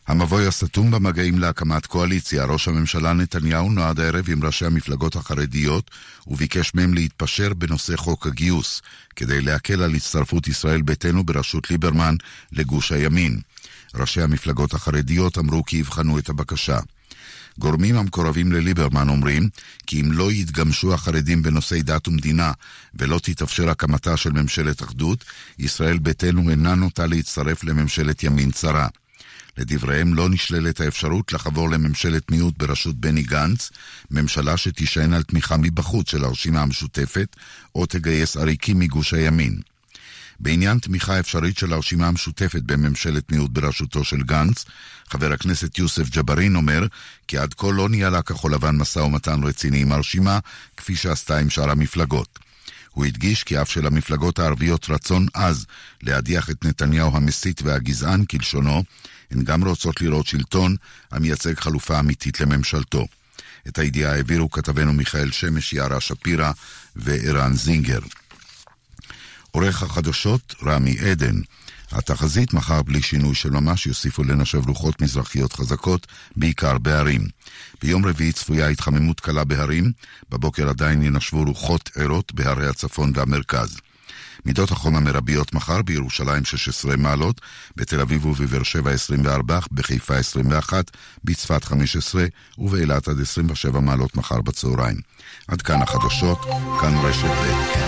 המבוי הסתום במגעים להקמת קואליציה. ראש הממשלה נתניהו נועד הערב עם ראשי המפלגות החרדיות וביקש מהם להתפשר בנושא חוק הגיוס, כדי להקל על הצטרפות ישראל ביתנו בראשות ליברמן לגוש הימין. ראשי המפלגות החרדיות אמרו כי יבחנו את הבקשה. גורמים המקורבים לליברמן אומרים כי אם לא יתגמשו החרדים בנושאי דת ומדינה ולא תתאפשר הקמתה של ממשלת אחדות, ישראל ביתנו אינה נוטה להצטרף לממשלת ימין צרה. לדבריהם לא נשללת האפשרות לחבור לממשלת מיעוט בראשות בני גנץ, ממשלה שתישען על תמיכה מבחוץ של הרשימה המשותפת או תגייס עריקים מגוש הימין. בעניין תמיכה אפשרית של הרשימה המשותפת בממשלת מיעוט בראשותו של גנץ, חבר הכנסת יוסף ג'בארין אומר כי עד כה לא ניהלה כחול לבן משא ומתן רציני עם הרשימה, כפי שעשתה עם שאר המפלגות. הוא הדגיש כי אף של המפלגות הערביות רצון אז להדיח את נתניהו המסית והגזען כלשונו, הן גם רוצות לראות שלטון המייצג חלופה אמיתית לממשלתו. את הידיעה העבירו כתבנו מיכאל שמש, יערה שפירא ואירן זינגר. עורך החדשות רמי עדן. התחזית מחר בלי שינוי של ממש יוסיפו לנשב רוחות מזרחיות חזקות, בעיקר בהרים. ביום רביעי צפויה התחממות קלה בהרים, בבוקר עדיין ינשבו רוחות ערות בהרי הצפון והמרכז. מידות החום המרביות מחר: בירושלים 16 מעלות, בתל אביב ובבאר שבע 24, בחיפה 21, בצפת 15 ובאילת עד 27 מעלות מחר בצהריים. עד כאן החדשות, כאן רשת ב'.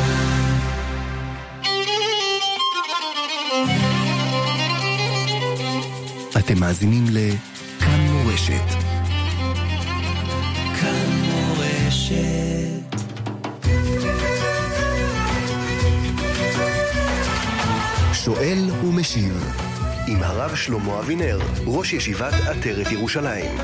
אתם מאזינים לכאן מורשת. כאן מורשת. שואל ומשיב עם הרב שלמה אבינר, ראש ישיבת עטרת ירושלים.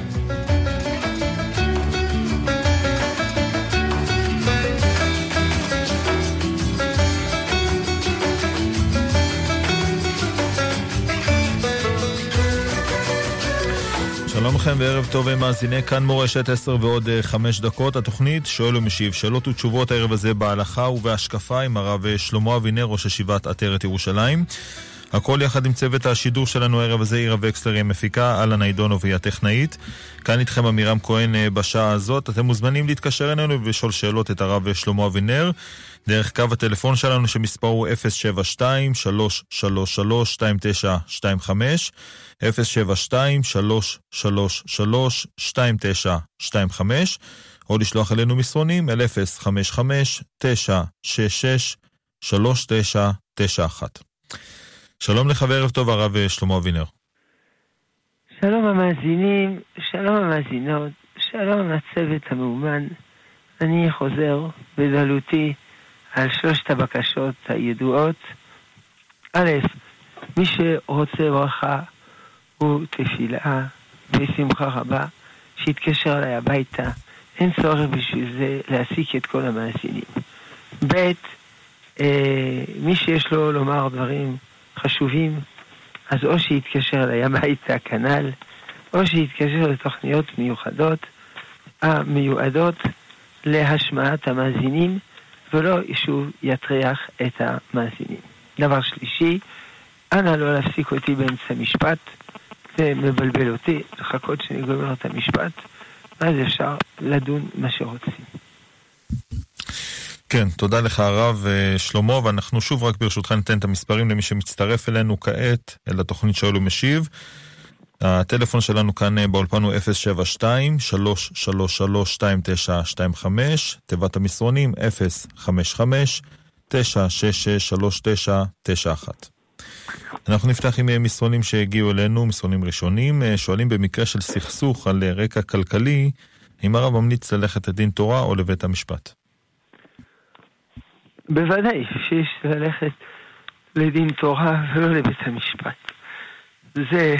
שלום לכם וערב טוב מאזיני כאן מורשת 10 ועוד 5 דקות. התוכנית שואל ומשיב, שאלות ותשובות הערב הזה בהלכה ובהשקפה עם הרב שלמה אבינר, ראש ישיבת עטרת ירושלים. הכל יחד עם צוות השידור שלנו הערב הזה, עירה וקסלר מפיקה, אלן עידונוב והיא הטכנאית. כאן איתכם אמירם כהן בשעה הזאת. אתם מוזמנים להתקשר אלינו ולשאול שאלות את הרב שלמה אבינר דרך קו הטלפון שלנו שמספרו הוא 072-333-2925, 072-333-2925, או לשלוח אלינו מסרונים אל 055-966-3991. שלום לך וערב טוב הרב שלמה אבינר. שלום המאזינים, שלום המאזינות, שלום הצוות המאומן. אני חוזר בדלותי על 3 הבקשות הידועות. א', מי שרוצה ברכה ותפילה בשמחה רבה, שיתקשר אליי הביתה. אין צורך בשביל זה להסיק את כל המאזינים. ב', מי שיש לו לומר דברים חשובים, אז או שיתקשר אליי הביתה כנ"ל, או שיתקשר לתוכניות מיוחדות המיועדות להשמעת המאזינים, ולא שוב יטריח את המאזינים. דבר שלישי, אנא לא להפסיק אותי באמצע משפט, זה מבלבל אותי, לחכות שאני גומר את המשפט, אז אפשר לדון מה שרוצים. כן, תודה לך הרב שלמה, ואנחנו שוב רק ברשותך ניתן את המספרים למי שמצטרף אלינו כעת אל התוכנית שואל ומשיב. הטלפון שלנו כאן באולפן הוא 072-333-2925, תיבת המסרונים 055-966-3991. אנחנו נפתח עם מסרונים שהגיעו אלינו, מסרונים ראשונים. שואלים, במקרה של סכסוך על רקע כלכלי, אם הרב ממליץ ללכת לדין תורה או לבית המשפט? בוודאי שיש ללכת לדין תורה ולא לבית המשפט. זה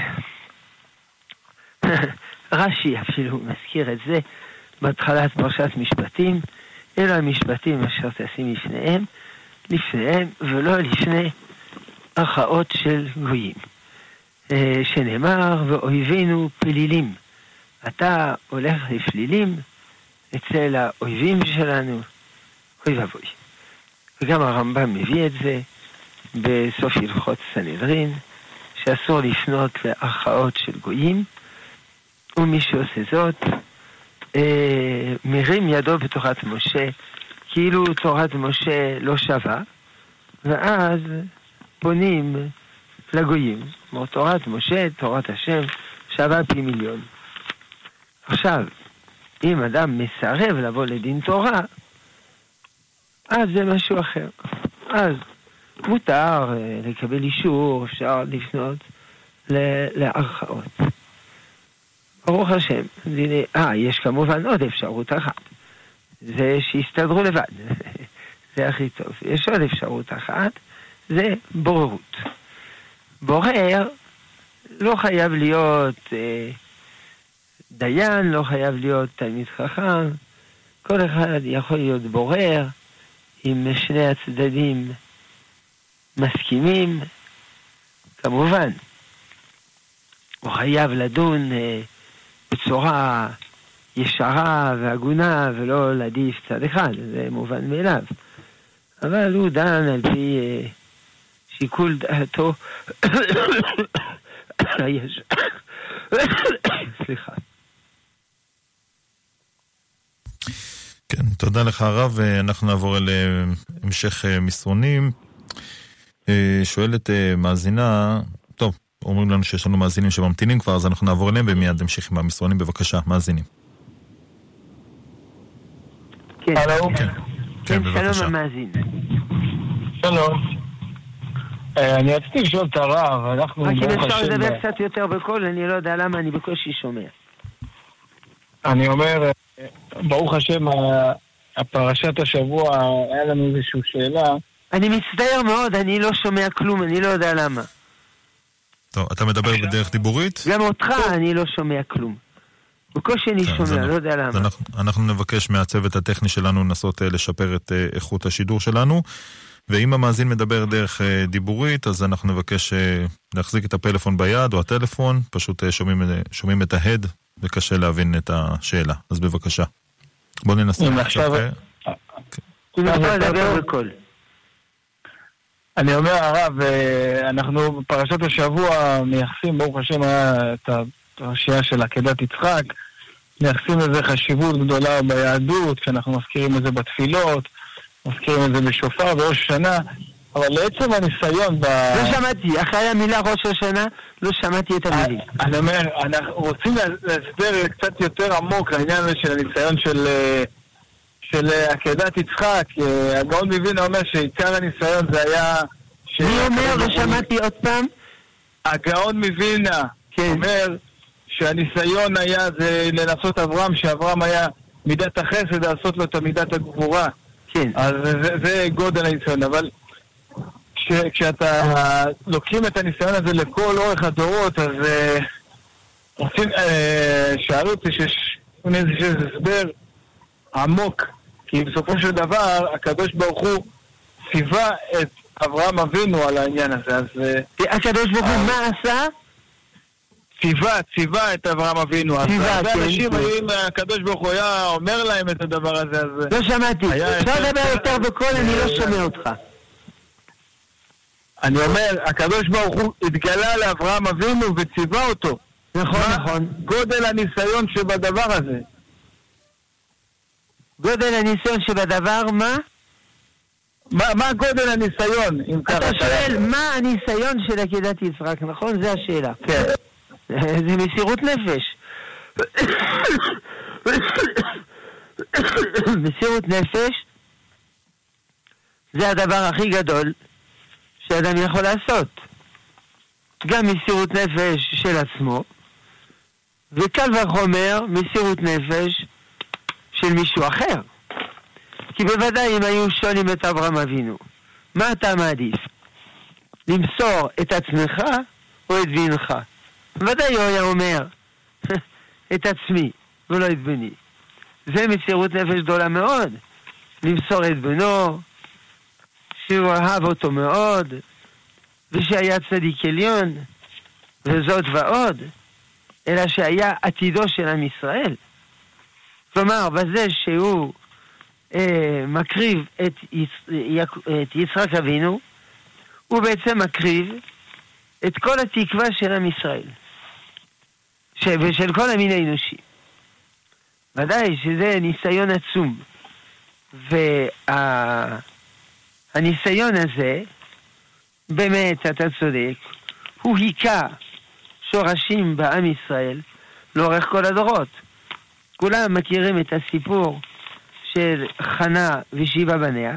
רש"י אפילו מזכיר את זה בהתחלת פרשת משפטים, אלא המשפטים אשר תשים לפניהם ולא לפני הכרעות של גויים, שנאמר ואויבינו פלילים. אתה הולך לפלילים אצל האויבים שלנו, אוי ואבוי. וגם הרמב"ם מביא את זה בסוף הלכות סנהדרין, שאסור לפנות להכרעות של גויים, ומי שעושה זאת, מרים ידו בתורת משה, כאילו תורת משה לא שווה, ואז פונים לגויים. כמו תורת משה, תורת השם, שווה פי מיליון. עכשיו, אם אדם מסרב לבוא לדין תורה, אז זה משהו אחר. אז מותר לקבל אישור, אפשר לפנות לערכאות. ברוך השם. יש כמובן עוד אפשרות אחת. זה שיסתדרו לבד. זה הכי טוב. יש עוד אפשרות אחת, זה בוררות. בורר לא חייב להיות דיין, לא חייב להיות תלמיד חכם. כל אחד יכול להיות בורר, אם שני הצדדים מסכימים. כמובן, הוא חייב לדון בצורה ישרה והגונה, ולא להעדיף צד אחד, זה מובן מאליו. אבל הוא דן על פי שיקול דעתו. סליחה. כן, תודה לך הרב. אנחנו נעבור אל המשך מסרונים. שואלת מאזינה, טוב, אומרים לנו שיש לנו מאזינים שממתינים כבר, אז אנחנו נעבור אליהם ומיד נמשיך עם המסרונים. בבקשה, מאזינים. כן, כן, בבקשה. שלום המאזין. שלום. אני רציתי לשאול את הרב, אנחנו... רק אם אפשר לדבר קצת יותר בקול, אני לא יודע למה, אני בקושי שומע. אני אומר, ברוך השם, הפרשת השבוע, היה לנו איזושהי שאלה. אני מצטער מאוד, אני לא שומע כלום, אני לא יודע למה. טוב, אתה מדבר בדרך דיבורית? גם אותך אני לא שומע כלום. בקושי אני שומע, לא יודע למה. אנחנו נבקש מהצוות הטכני שלנו לנסות לשפר את איכות השידור שלנו, ואם המאזין מדבר דרך דיבורית, אז אנחנו נבקש להחזיק את הפלאפון ביד או הטלפון, פשוט שומעים את ההד, וקשה להבין את השאלה. אז בבקשה. בוא ננסה. אני אומר הרב, אנחנו בפרשת השבוע מייחסים, ברוך השם, את הפרשייה של עקדת יצחק, מייחסים לזה חשיבות גדולה ביהדות, כשאנחנו מזכירים את זה בתפילות, מזכירים את זה בשופר בראש השנה, אבל לעצם הניסיון לא שמעתי, אחרי המילה ראש השנה, לא שמעתי את המילים. אני אומר, אנחנו רוצים להסבר קצת יותר עמוק לעניין הזה של הניסיון של עקדת יצחק. הגאון מווילנה אומר שעיקר הניסיון זה היה... מי אומר? לא שמעתי עוד פעם? הגאון מווילנה אומר שהניסיון היה זה לנסות אברהם, שאברהם היה מידת החסד, לעשות לו את מידת הגבורה. כן. אז זה גודל הניסיון, אבל כשאתה לוקחים את הניסיון הזה לכל אורך הדורות, אז שאלו אותי שיש איזה הסבר עמוק, כי בסופו של דבר הקדוש ברוך הוא ציווה את אברהם אבינו על העניין הזה. אז הקדוש ברוך הוא מה עשה? ציווה את אברהם אבינו. אז אנשים, אם הקדוש ברוך הוא היה אומר להם את הדבר הזה, אז... לא שמעתי. אפשר לדבר יותר בקול, אני לא שומע אותך. אני אומר, הקדוש ברוך הוא התגלה לאברהם אבינו וציווה אותו. נכון. גודל הניסיון שבדבר הזה. גודל הניסיון שבדבר מה? מה גודל הניסיון? אתה שואל, מה הניסיון של עקדת יצחק, נכון? זה השאלה. כן. זה מסירות נפש. מסירות נפש זה הדבר הכי גדול שאדם יכול לעשות. גם מסירות נפש של עצמו, וקל וחומר מסירות נפש של מישהו אחר. כי בוודאי אם היו שואלים את אברהם אבינו, מה אתה מעדיף? למסור את עצמך או את בנך? בוודאי הוא היה אומר את עצמי ולא את בני. זה מסירות נפש גדולה מאוד, למסור את בנו, שהוא אהב אותו מאוד, ושהיה צדיק עליון, וזאת ועוד, אלא שהיה עתידו של עם ישראל. כלומר, בזה שהוא מקריב את יצחק אבינו, הוא בעצם מקריב את כל התקווה של עם ישראל, ושל כל המין האנושי. ודאי שזה ניסיון עצום. והניסיון הזה, באמת, אתה צודק, הוא היכה שורשים בעם ישראל לאורך כל הדורות. כולם מכירים את הסיפור של חנה ושבעה בניה,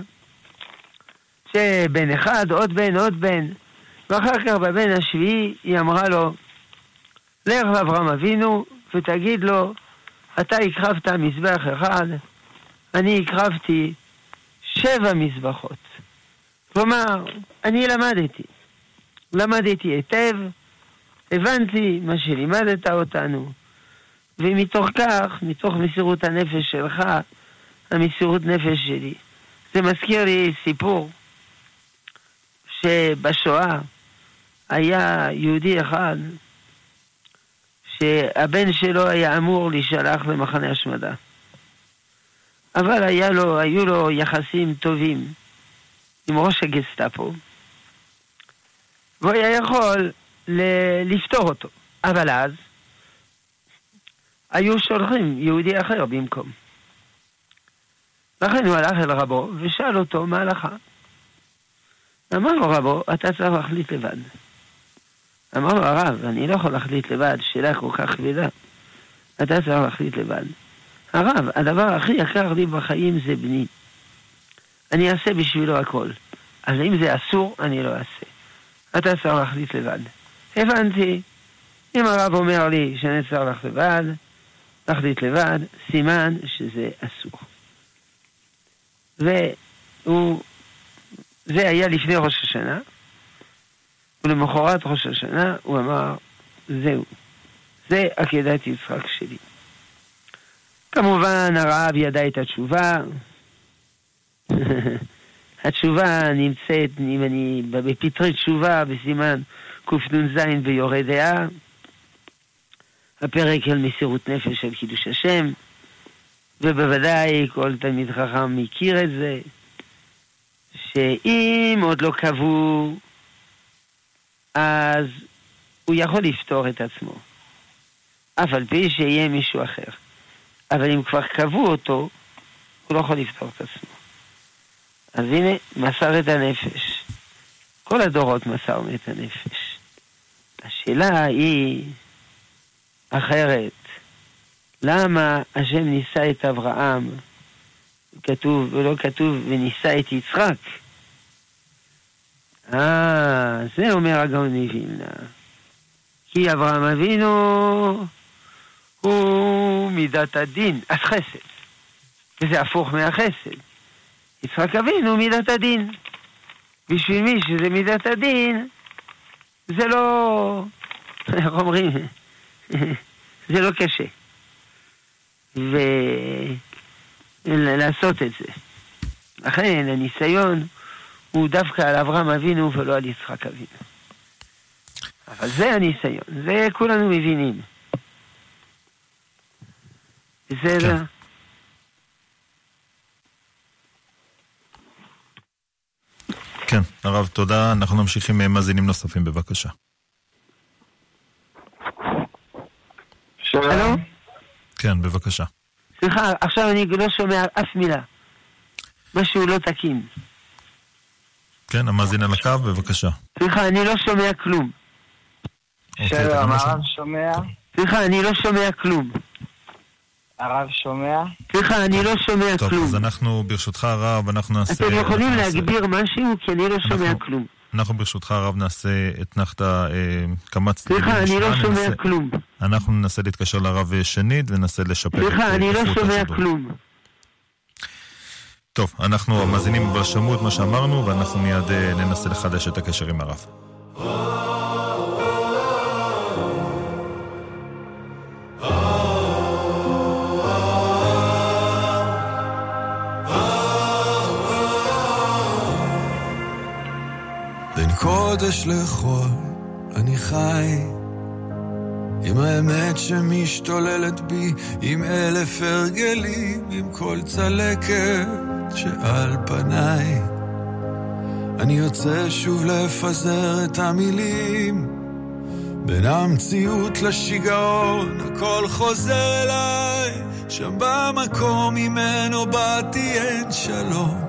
שבן אחד, עוד בן, ואחר כך בבן השביעי היא אמרה לו, לך לאברהם אבינו ותגיד לו, אתה הקרבת מזבח אחד, אני הקרבתי 7 מזבחות. כלומר, אני למדתי היטב, הבנתי מה שלימדת אותנו, ומתוך כך, מתוך מסירות הנפש שלך, המסירות נפש שלי. זה מזכיר לי סיפור שבשואה היה יהודי אחד שהבן שלו היה אמור להישלח למחנה השמדה. אבל היו לו יחסים טובים עם ראש הגסטאפו, והוא היה יכול לפתור אותו. אבל אז היו שולחים יהודי אחר במקום. לכן הוא הלך אל רבו ושאל אותו מה הלכה. אמר לו רבו, אתה צריך להחליט לבד. אמר לו הרב, אני לא יכול להחליט לבד, שאלה כל כך כבדה. אתה צריך להחליט לבד. הרב, הדבר הכי יקר לי בחיים זה בני. אני אעשה בשבילו הכל. אז אם זה אסור, אני לא אעשה. אתה צריך להחליט לבד. הבנתי. אם הרב אומר לי שאני צריך להחליט לבד, סימן שזה אסור. זה היה לפני ראש השנה, ולמחרת ראש השנה הוא אמר, זהו, זה עקדת יצחק שלי. כמובן הרב ידע את התשובה. התשובה נמצאת, אם אני בפתרי תשובה, בסימן קנ"ז ביורה דעה, הפרק על מסירות נפש של קידוש השם, ובוודאי כל תלמיד חכם מכיר את זה, שאם עוד לא קבעו, אז הוא יכול לפתור את עצמו, אף על פי שיהיה מישהו אחר. אבל אם כבר קבעו אותו, הוא לא יכול לפתור את עצמו. אז הנה, מסר את הנפש. כל הדורות מסרנו את הנפש. השאלה היא אחרת. למה השם ניסה את אברהם? כתוב, ולא כתוב, וניסה את יצחק. זה אומר הגאון מווילנה. כי אברהם אבינו הוא מידת הדין, אז חסד. וזה הפוך מהחסד. יצחק אבינו מידת הדין. בשביל מי שזה מידת הדין, זה לא, איך אומרים, זה לא קשה. ולעשות את זה. לכן הניסיון הוא דווקא על אברהם אבינו ולא על יצחק אבינו. אבל זה הניסיון, זה כולנו מבינים. בסדר? כן, הרב, תודה. אנחנו נמשיך עם מאזינים נוספים, בבקשה. הלו? כן, בבקשה. סליחה, עכשיו אני לא שומע אף מילה. משהו לא תקין. כן, המאזין על הקו, בבקשה. סליחה, אני לא שומע כלום. שלום, הרב שומע? סליחה, אני לא שומע כלום. הרב שומע? סליחה, אני לא שומע כלום. טוב, אז אנחנו, ברשותך הרב, אנחנו נעשה... אתם יכולים להגביר משהו, כי אני לא שומע כלום. אנחנו ברשותך הרב נעשה אתנחת כמה צדדים. סליחה, אני לא שומע כלום. אנחנו ננסה להתקשר לרב שנית וננסה לשפר את איכות השידור. סליחה, אני לא שומע כלום. טוב, אנחנו המאזינים כבר שמעו את מה שאמרנו, ואנחנו מיד ננסה לחדש את הקשר עם הרב. בין קודש לחול אני חי, עם האמת שמשתוללת בי, עם 1000 הרגלים, עם כל צלקת שעל פניי. אני יוצא שוב לפזר את המילים, בין המציאות לשיגעון הכל חוזר אליי, שם במקום ממנו באתי אין שלום,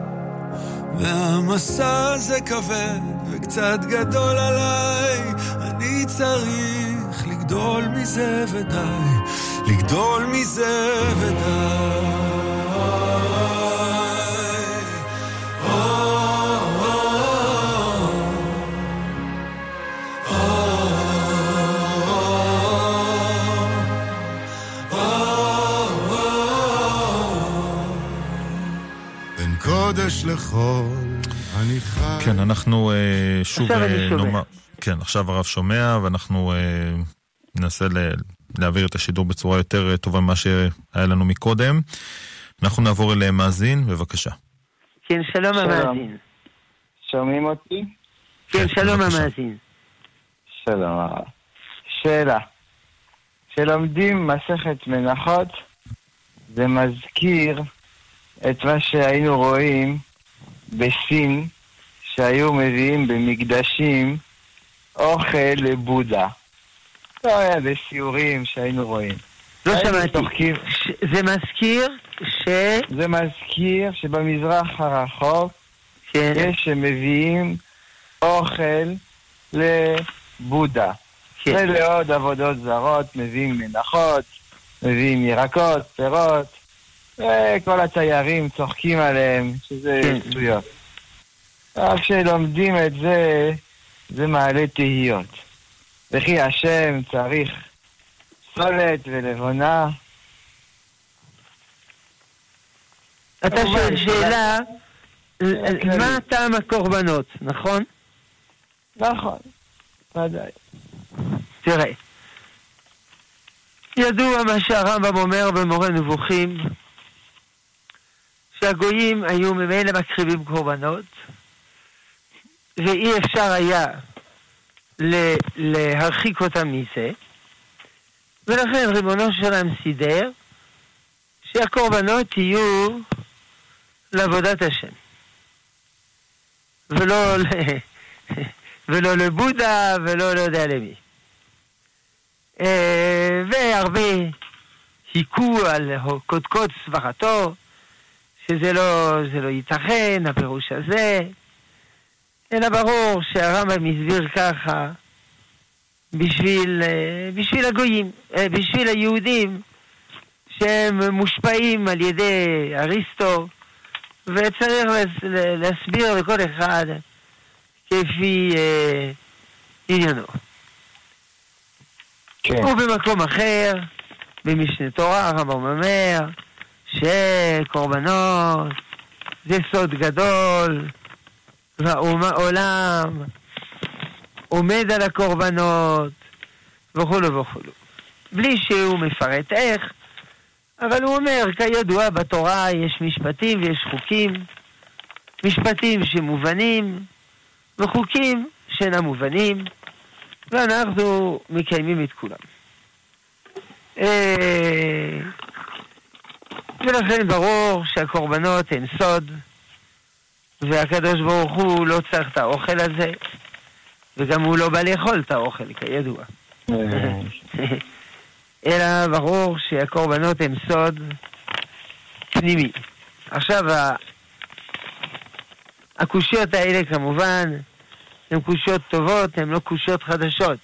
והמסע הזה כבד וקצת גדול עליי, אני צריך לגדול מזה ודי, לגדול מזה ודי. קודש לחול, אני חי. כן, אנחנו שוב נאמר, כן, עכשיו הרב שומע, ואנחנו ננסה להעביר את השידור בצורה יותר טובה ממה שהיה לנו מקודם. אנחנו נעבור אל מאזין, בבקשה. כן, שלום המאזין. שומעים אותי? כן, שלום המאזין. שלום הרב. שאלה. כשלומדים מסכת מנחות, זה מזכיר את מה שהיינו רואים בסין, שהיו מביאים במקדשים אוכל לבודה. לא היה בסיורים שהיינו רואים. לא שמעתי. זה מזכיר זה מזכיר שבמזרח הרחוק כן. יש שמביאים אוכל לבודה. כן. ולעוד עבודות זרות מביאים מנחות, מביאים ירקות, פירות. וכל התיירים צוחקים עליהם, שזה שטויות. רק כשלומדים את זה, זה מעלה תהיות. וכי השם צריך סולת ולבונה. אתה שואל שאלה, מה טעם הקורבנות, נכון? נכון, ודאי. תראה, ידוע מה שהרמב"ם אומר במורה נבוכים, שהגויים היו ממילא מקריבים קורבנות, ואי אפשר היה להרחיק אותם מזה, ולכן ריבונו שלהם סידר שהקורבנות יהיו לעבודת השם, ולא לבודה ולא לא יודע למי. והרבה היכו על קודקוד סבכתו, שזה לא ייתכן, הפירוש הזה, אלא ברור שהרמב"ם מסביר ככה, בשביל הגויים, בשביל היהודים, שהם מושפעים על ידי אריסטו, וצריך להסביר לכל אחד כפי עניינו. כן. ובמקום אחר, במשנה תורה, הרמב"ם אומר, שקורבנות זה סוד גדול, והעולם עומד על הקורבנות, וכו' וכו'. בלי שהוא מפרט איך, אבל הוא אומר, כידוע בתורה יש משפטים ויש חוקים, משפטים שמובנים, וחוקים שאינם מובנים, ואנחנו מקיימים את כולם. ולכן ברור שהקורבנות הן סוד, והקדוש ברוך הוא לא צריך את האוכל הזה, וגם הוא לא בא לאכול את האוכל, כידוע. אלא ברור שהקורבנות הן סוד פנימי. עכשיו, הקושיות האלה כמובן, הן קושיות טובות, הן לא קושיות חדשות.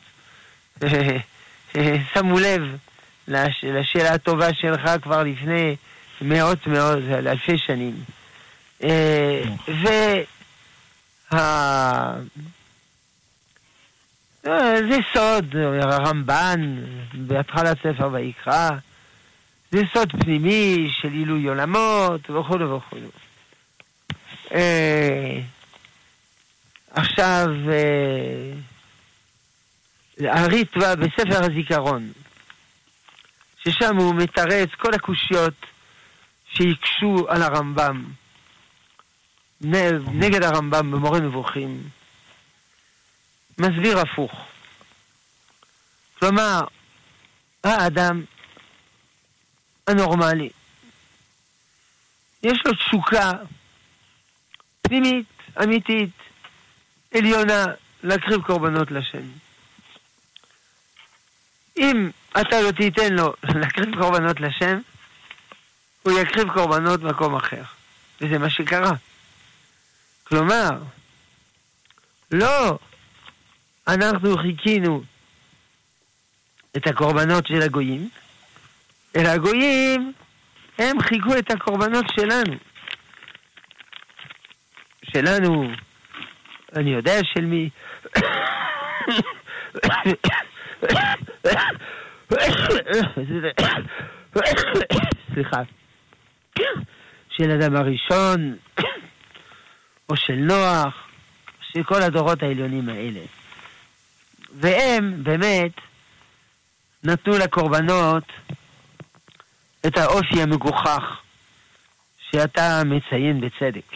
שמו לב לשאלה הטובה שלך כבר לפני מאות, אלפי שנים. זה סוד, הרמב"ן, בהתחלת ספר ויקרא, זה סוד פנימי של עילוי עולמות, וכו' וכו'. עכשיו, הריטב"א בספר הזיכרון, ששם הוא מתרץ כל הקושיות שיקשו על הרמב"ם, נגד הרמב"ם במורה נבוכים, מסביר הפוך. כלומר, האדם הנורמלי, יש לו תשוקה פנימית, אמיתית, עליונה, להקריב קורבנות לשם. אם אתה לא תיתן לו להקריב קורבנות לשם, הוא יקריב קורבנות במקום אחר. וזה מה שקרה. כלומר, לא אנחנו חיכינו את הקורבנות של הגויים, אלא הגויים הם חיכו את הקורבנות שלנו. שלנו, אני יודע של מי. סליחה. של אדם הראשון, או של נוח, של כל הדורות העליונים האלה. והם באמת נתנו לקורבנות את האופי המגוחך שאתה מציין בצדק.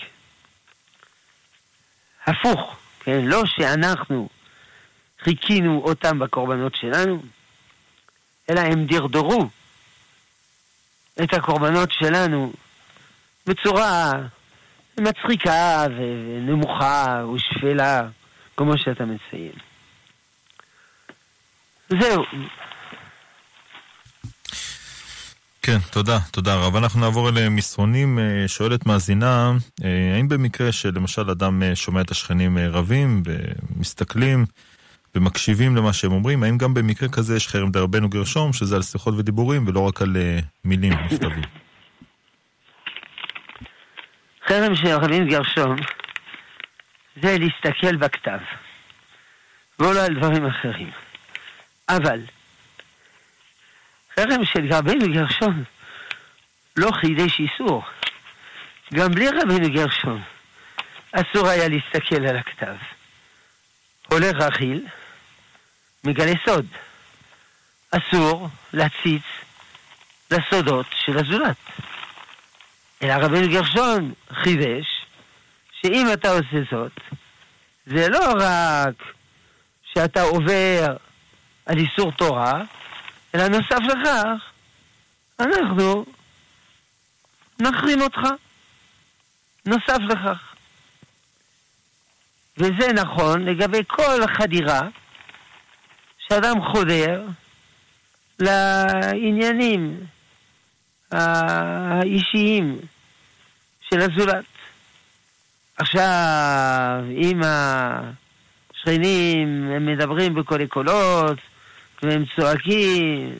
הפוך, כן? לא שאנחנו חיכינו אותם בקורבנות שלנו, אלא הם דרדרו את הקורבנות שלנו בצורה מצחיקה ונמוכה ושפלה, כמו שאתה מציין. זהו. כן, תודה רב. אנחנו נעבור אל מסרונים. שואלת מאזינה, האם במקרה שלמשל אדם שומע את השכנים רבים ומסתכלים ומקשיבים למה שהם אומרים, האם גם במקרה כזה יש חרם דרבנו גרשום, שזה על שיחות ודיבורים ולא רק על מילים נכתבים? חרם של רבים גרשום זה להסתכל בכתב, ולא על דברים אחרים. אבל חרם של רבינו גרשום לא חידש איסור. גם בלי רבינו גרשום אסור היה להסתכל על הכתב. הולך רכיל, מגלה סוד. אסור להציץ לסודות של הזולת. אלא רבינו גרשום חידש שאם אתה עושה זאת, זה לא רק שאתה עובר על איסור תורה, אלא נוסף לכך, אנחנו נחרים אותך. נוסף לכך. וזה נכון לגבי כל חדירה שאדם חודר לעניינים האישיים של הזולת. עכשיו, אם השכנים הם מדברים בכל קולות והם צועקים,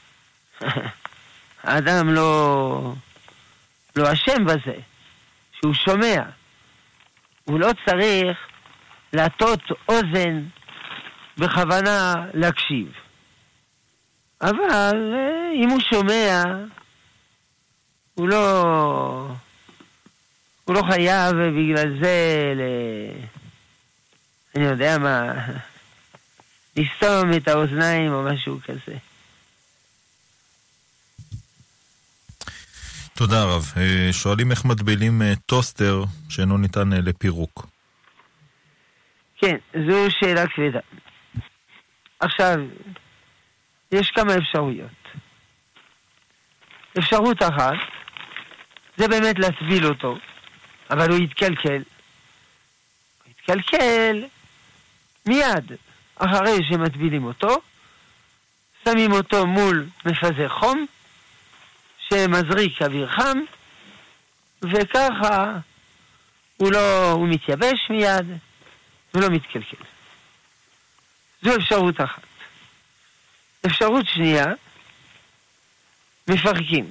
האדם לא אשם בזה, שהוא שומע. הוא לא צריך להטות אוזן בכוונה להקשיב. אבל אם הוא שומע, הוא לא חייב בגלל זה אני יודע מה, לסתום את האוזניים או משהו כזה. תודה רב. שואלים איך מטבילים טוסטר שאינו ניתן לפירוק. כן, זו שאלה כבדה. עכשיו, יש כמה אפשרויות. אפשרות אחת, זה באמת להטביל אותו, אבל הוא יתקלקל. הוא יתקלקל מיד אחרי שמטבילים אותו, שמים אותו מול מפזר חום, שמזריק אוויר חם, וככה הוא מתייבש מיד, ולא מתקלקל. זו אפשרות אחת. אפשרות שנייה, מפרקים.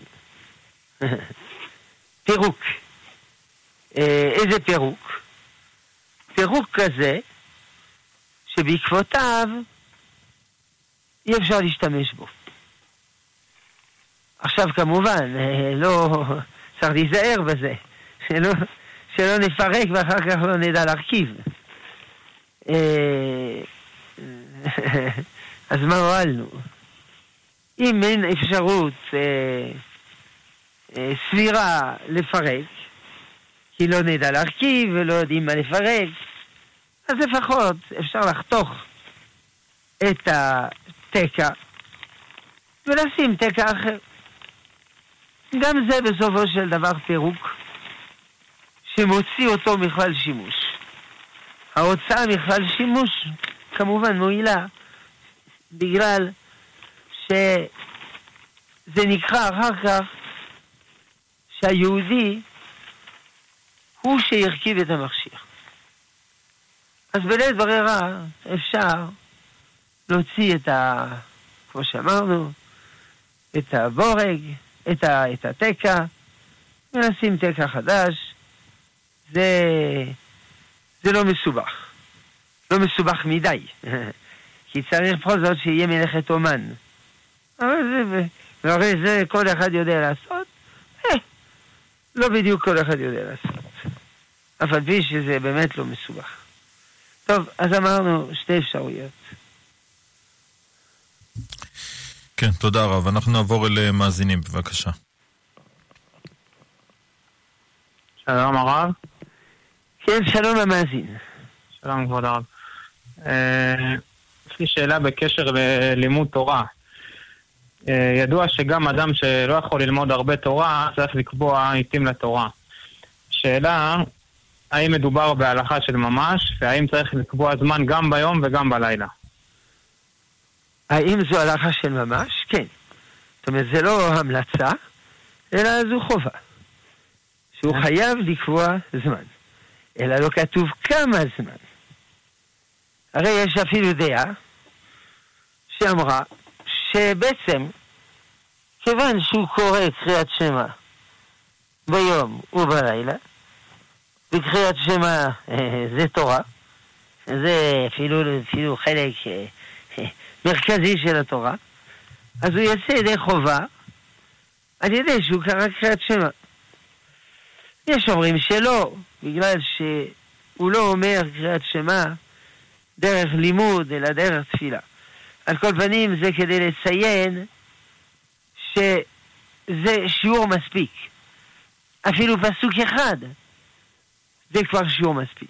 פירוק. איזה פירוק? פירוק כזה, שבעקבותיו אי אפשר להשתמש בו. עכשיו כמובן, לא צריך להיזהר בזה, שלא נפרק ואחר כך לא נדע להרכיב. אז מה הועלנו? אם אין אפשרות סבירה לפרק, כי לא נדע להרכיב ולא יודעים מה לפרק, אז לפחות אפשר לחתוך את התקע ולשים תקע אחר. גם זה בסופו של דבר פירוק שמוציא אותו מכלל שימוש. ההוצאה מכלל שימוש כמובן מועילה, בגלל שזה נקרא אחר כך שהיהודי הוא שירכיב את המכשיר. אז בלית ברירה אפשר להוציא כמו שאמרנו, את הבורג, את התקע, ולשים תקע חדש. זה לא מסובך. לא מסובך מדי. כי צריך בכל זאת שיהיה מלאכת אומן. אבל זה כל אחד יודע לעשות. לא בדיוק כל אחד יודע לעשות. אף על פי שזה באמת לא מסובך. טוב, אז אמרנו שתי אפשרויות. כן, תודה רב. אנחנו נעבור אל מאזינים, בבקשה. שלום הרב. כן, שלום המאזין. שלום כבוד הרב. יש לי שאלה בקשר ללימוד תורה. ידוע שגם אדם שלא יכול ללמוד הרבה תורה צריך לקבוע עיתים לתורה. שאלה, האם מדובר בהלכה של ממש, והאם צריך לקבוע זמן גם ביום וגם בלילה? האם זו הלכה של ממש? כן. זאת אומרת, זה לא המלצה, אלא זו חובה. שהוא חייב לקבוע זמן. אלא לא כתוב כמה זמן. הרי יש אפילו דעה שאמרה שבעצם כיוון שהוא קורא קריאת שמע ביום ובלילה, וקריאת שמע זה תורה, זה אפילו חלק מרכזי של התורה, אז הוא יעשה ידי חובה על ידי שהוא קרא קריאת שמע. יש אומרים שלא, בגלל שהוא לא אומר קריאת שמע דרך לימוד, אלא דרך תפילה. על כל פנים זה כדי לציין שזה שיעור מספיק. אפילו פסוק אחד זה כבר שיעור מספיק.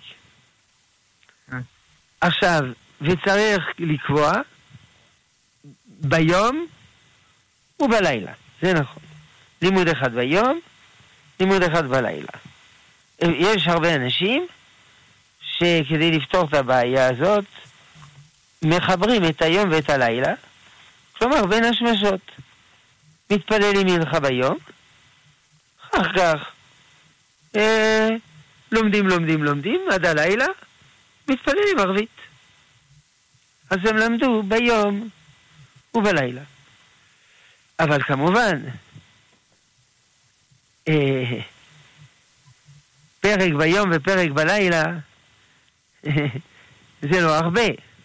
עכשיו, וצריך לקבוע ביום ובלילה. זה נכון. לימוד אחד ביום, לימוד אחד בלילה. יש הרבה אנשים שכדי לפתור את הבעיה הזאת מחברים את היום ואת הלילה, כלומר בין השמשות. מתפללים מנחה ביום, אחר כך לומדים עד הלילה, מתפללים ערבית. אז הם למדו ביום ובלילה. אבל כמובן פרק ביום ופרק בלילה זה לא הרבה.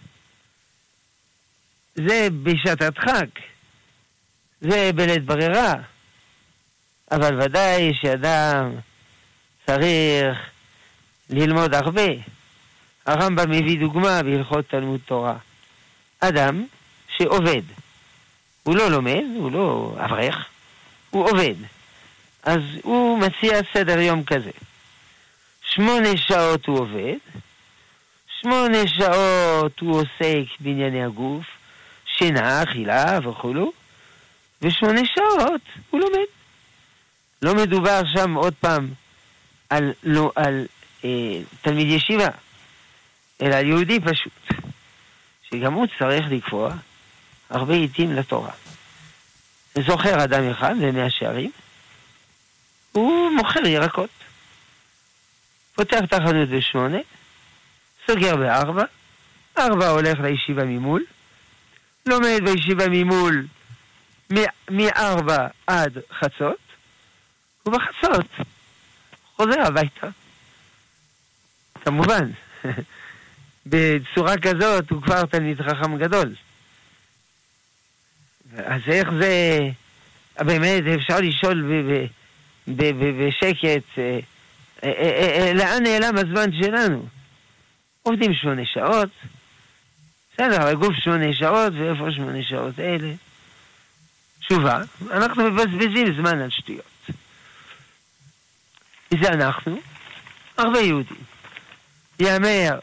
זה בשעת הדחק, זה בלית ברירה. אבל ודאי שאדם צריך ללמוד הרבה. הרמב"ם מביא דוגמה בהלכות תלמוד תורה. אדם שעובד, הוא לא לומד, הוא לא אברך, הוא עובד. אז הוא מציע סדר יום כזה. 8 שעות הוא עובד, 8 שעות הוא עוסק בענייני הגוף, שינה, אכילה וכולו, ו8 שעות הוא לומד. לא מדובר שם עוד פעם על תלמיד ישיבה, אלא על יהודי פשוט, שגם הוא צריך לקבוע הרבה עיתים לתורה. זוכר אדם אחד במאה שערים, הוא מוכר ירקות. פותח את החנות ב8, סוגר ב4, 4 הולך לישיבה ממול, לומד בישיבה ממול מ4 עד חצות, ובחצות חוזר הביתה. כמובן, בצורה כזאת הוא כבר תלמיד חכם גדול. אז איך זה, באמת אפשר לשאול בשקט, לאן נעלם הזמן שלנו? עובדים 8 שעות, בסדר, הגוף 8 שעות, ואיפה 8 שעות אלה? תשובה, אנחנו מבזבזים זמן על שטויות. זה אנחנו, הרבה יהודים. יאמר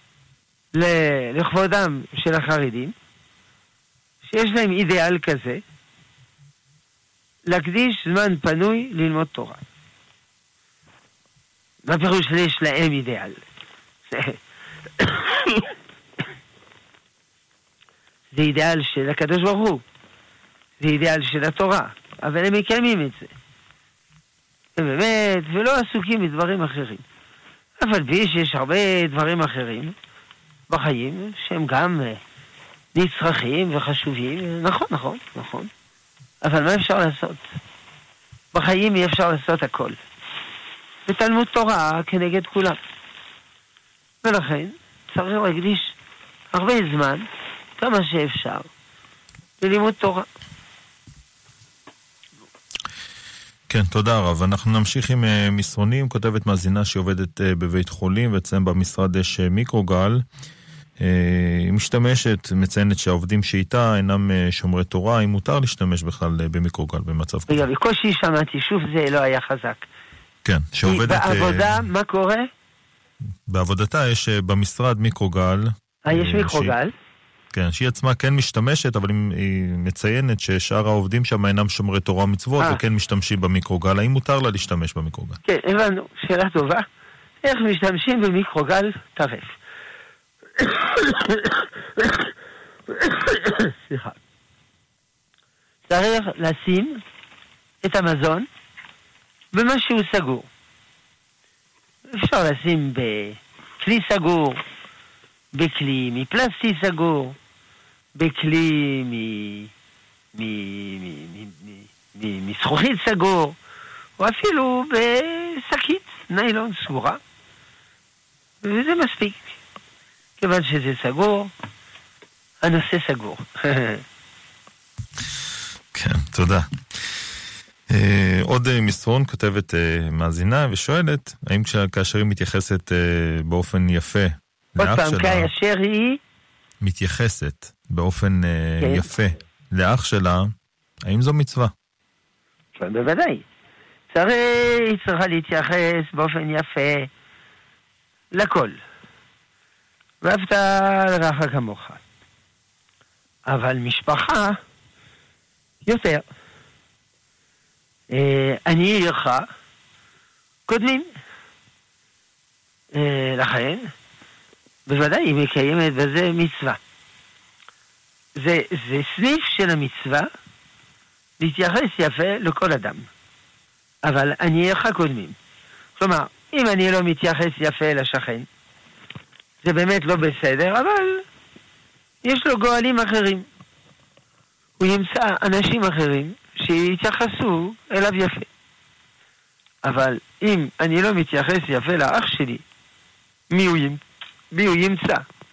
לכבודם של החרדים, שיש להם אידיאל כזה, להקדיש זמן פנוי ללמוד תורה. מה פירוש יש להם אידיאל? זה אידיאל של הקדוש ברוך הוא. זה אידיאל של התורה, אבל הם מקיימים את זה. הם באמת, ולא עסוקים בדברים אחרים. אבל בי שיש הרבה דברים אחרים בחיים, שהם גם נצרכים וחשובים. נכון. אבל מה אפשר לעשות? בחיים אי אפשר לעשות הכל. ותלמוד תורה כנגד כולם. ולכן צריך להקדיש הרבה זמן, כמה שאפשר, ללימוד תורה. כן, תודה רב. אנחנו נמשיך עם מסרונים. כותבת מאזינה שעובדת בבית חולים, ואצלם במשרד יש מיקרוגל. היא משתמשת, מציינת שהעובדים שאיתה אינם שומרי תורה. אם מותר להשתמש בכלל במיקרוגל במצב כזה? בקושי שמעתי, שוב זה לא היה חזק. כן, שעובדת... בעבודה, מה קורה? בעבודתה יש במשרד מיקרוגל. יש מיקרוגל? כן, שהיא עצמה כן משתמשת, אבל היא מציינת ששאר העובדים שם אינם שומרי תורה ומצוות, וכן משתמשים במיקרוגל. האם מותר לה להשתמש במיקרוגל? כן, הבנו, שאלה טובה. איך משתמשים במיקרוגל טרף? סליחה. צריך לשים את המזון במשהו סגור. אפשר לשים בכלי סגור, בכלי מפלסטי סגור, בכלי מזכוכית סגור, או אפילו בשקית ניילון סגורה. וזה מספיק. כיוון שזה סגור, הנושא סגור. כן, תודה. עוד מסרון כותבת מאזינה ושואלת, האם כאשר היא מתייחסת באופן יפה לאח שלה... עוד פעם, כאשר היא... מתייחסת באופן יפה לאח שלה, האם זו מצווה? כן, בוודאי. היא צריכה להתייחס באופן יפה לכל. ואהבת לרעך כמוך. אבל משפחה יותר. אני עירך קודמים. לכן, בוודאי היא מקיימת בזה מצווה. זה סניף של המצווה להתייחס יפה לכל אדם. אבל אני עירך קודמים. כלומר, אם אני לא מתייחס יפה לשכן, זה באמת לא בסדר, אבל יש לו גואלים אחרים. הוא ימצא אנשים אחרים שיתייחסו אליו יפה. אבל אם אני לא מתייחס יפה לאח שלי, מי הוא ימצא?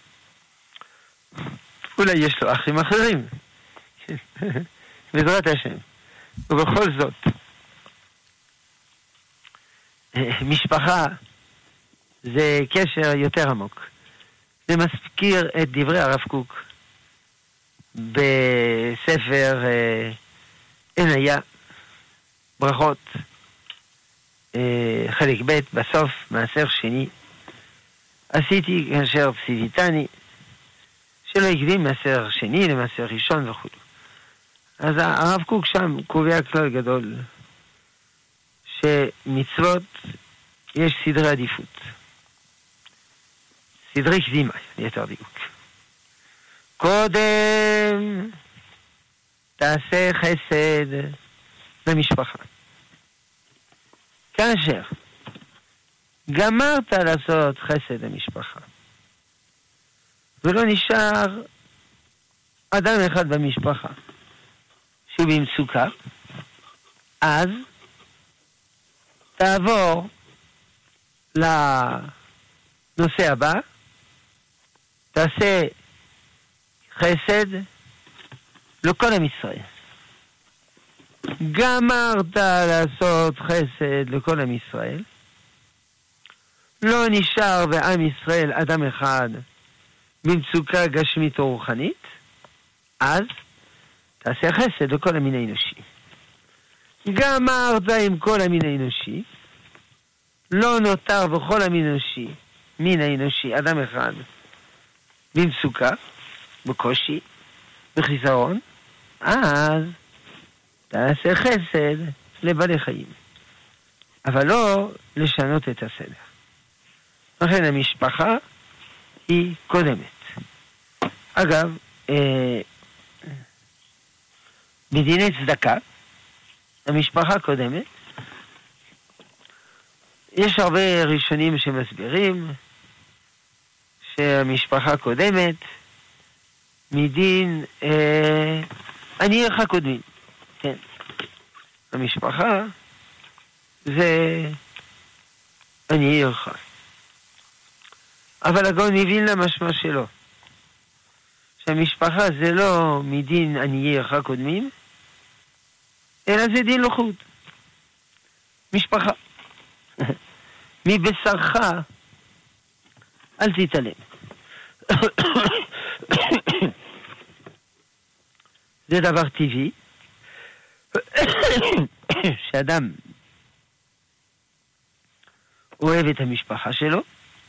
אולי יש לו אחים אחרים. בעזרת השם. ובכל זאת, משפחה זה קשר יותר עמוק. זה מזכיר את דברי הרב קוק בספר עניה, ברכות, חלק ב' בסוף, מעשר שני, עשיתי כאשר ציוויתני, שלא הקדים מעשר שני למעשר ראשון וכו'. אז הרב קוק שם קובע כלל גדול, שמצוות יש סדרי עדיפות. סדרי קדימה, ליתר דיוק. קודם תעשה חסד במשפחה. כאשר גמרת לעשות חסד במשפחה, ולא נשאר אדם אחד במשפחה שהוא במצוקה, אז תעבור לנושא הבא, תעשה חסד לכל עם ישראל. גמרת לעשות חסד לכל עם ישראל, לא נשאר בעם ישראל אדם אחד במצוקה גשמית או רוחנית, אז תעשה חסד לכל המין האנושי. גמרת עם כל המין האנושי, לא נותר בכל מין האנושי אדם אחד במצוקה, בקושי, בחיסרון, אז תעשה חסד לבעלי חיים. אבל לא לשנות את הסדר. לכן המשפחה היא קודמת. אגב, בדיני צדקה, המשפחה הקודמת, יש הרבה ראשונים שמסבירים שהמשפחה הקודמת מדין עניי עירך קודמים. כן. המשפחה זה עניי עירך. אבל הגאון הבין למשמע שלו. שהמשפחה זה לא מדין עניי עירך קודמים, אלא זה דין לוחוד. משפחה. מבשרך אל תתעלם. זה דבר טבעי שאדם אוהב את המשפחה שלו,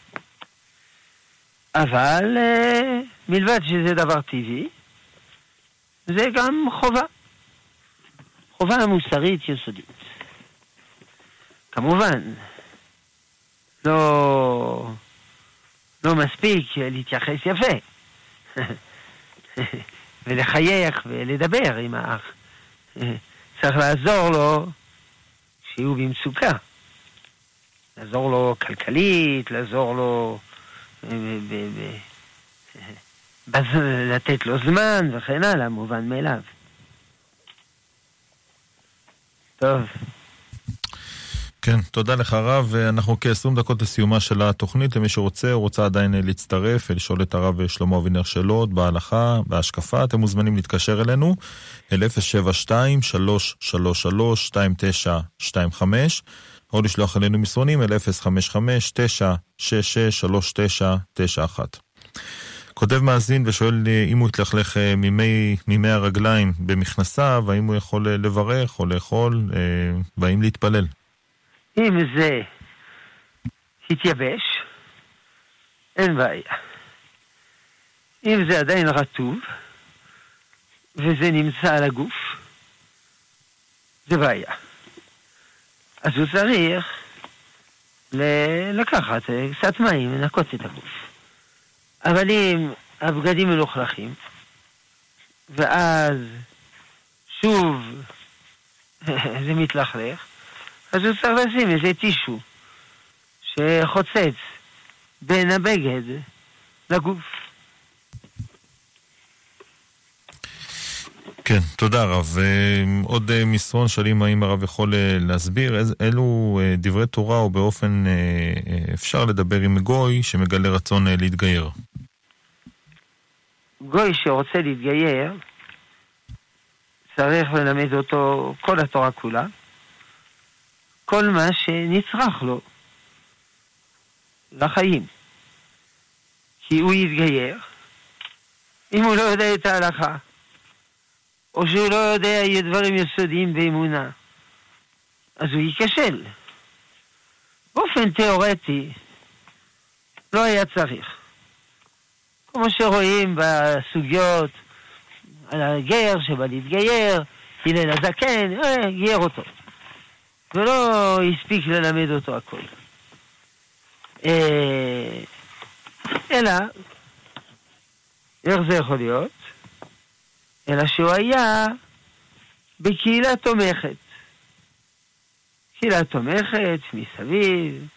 אבל מלבד שזה דבר טבעי, זה גם חובה מוסרית יסודית. כמובן, לא מספיק להתייחס יפה ולחייך ולדבר עם האח. צריך לעזור לו שהוא במצוקה, לעזור לו כלכלית, לעזור לו לתת לו זמן וכן הלאה, מובן מאליו. טוב. כן, תודה לך רב. אנחנו כ-20 דקות לסיומה של התוכנית. למי שרוצה או רוצה עדיין להצטרף ולשאול את הרב שלמה אבינר שאלות בהלכה, בהשקפה, אתם מוזמנים להתקשר אלינו אל 072-333-2925 או לשלוח אלינו מסרונים אל 055-966-3991. כותב מאזין ושואל אם הוא יתלכלך מימי הרגליים במכנסה, והאם הוא יכול לברך או לאכול, והאם להתפלל. אם זה התייבש, אין בעיה. אם זה עדיין רטוב, וזה נמצא על הגוף, זה בעיה. אז הוא צריך לקחת קצת מים, לנקות את הגוף. אבל אם הבגדים מלוכלכים, ואז שוב זה מתלכלך, אז הוא צריך לשים איזה טישו שחוצץ בין הבגד לגוף. כן, תודה רב. עוד מסרון שואלים האם הרב יכול להסביר אילו דברי תורה או באופן אפשר לדבר עם גוי שמגלה רצון להתגייר. גוי שרוצה להתגייר צריך ללמד אותו כל התורה כולה, כל מה שנצרך לו לחיים. כי הוא יתגייר אם הוא לא יודע את ההלכה, או שהוא לא יודע דברים יסודיים באמונה, אז הוא ייכשל. באופן תיאורטי לא היה צריך. כמו שרואים בסוגיות על הגר שבא להתגייר, הלל הזקן, גייר אותו. ולא הספיק ללמד אותו הכל. אלא, איך זה יכול להיות? אלא שהוא היה בקהילה תומכת. קהילה תומכת מסביב,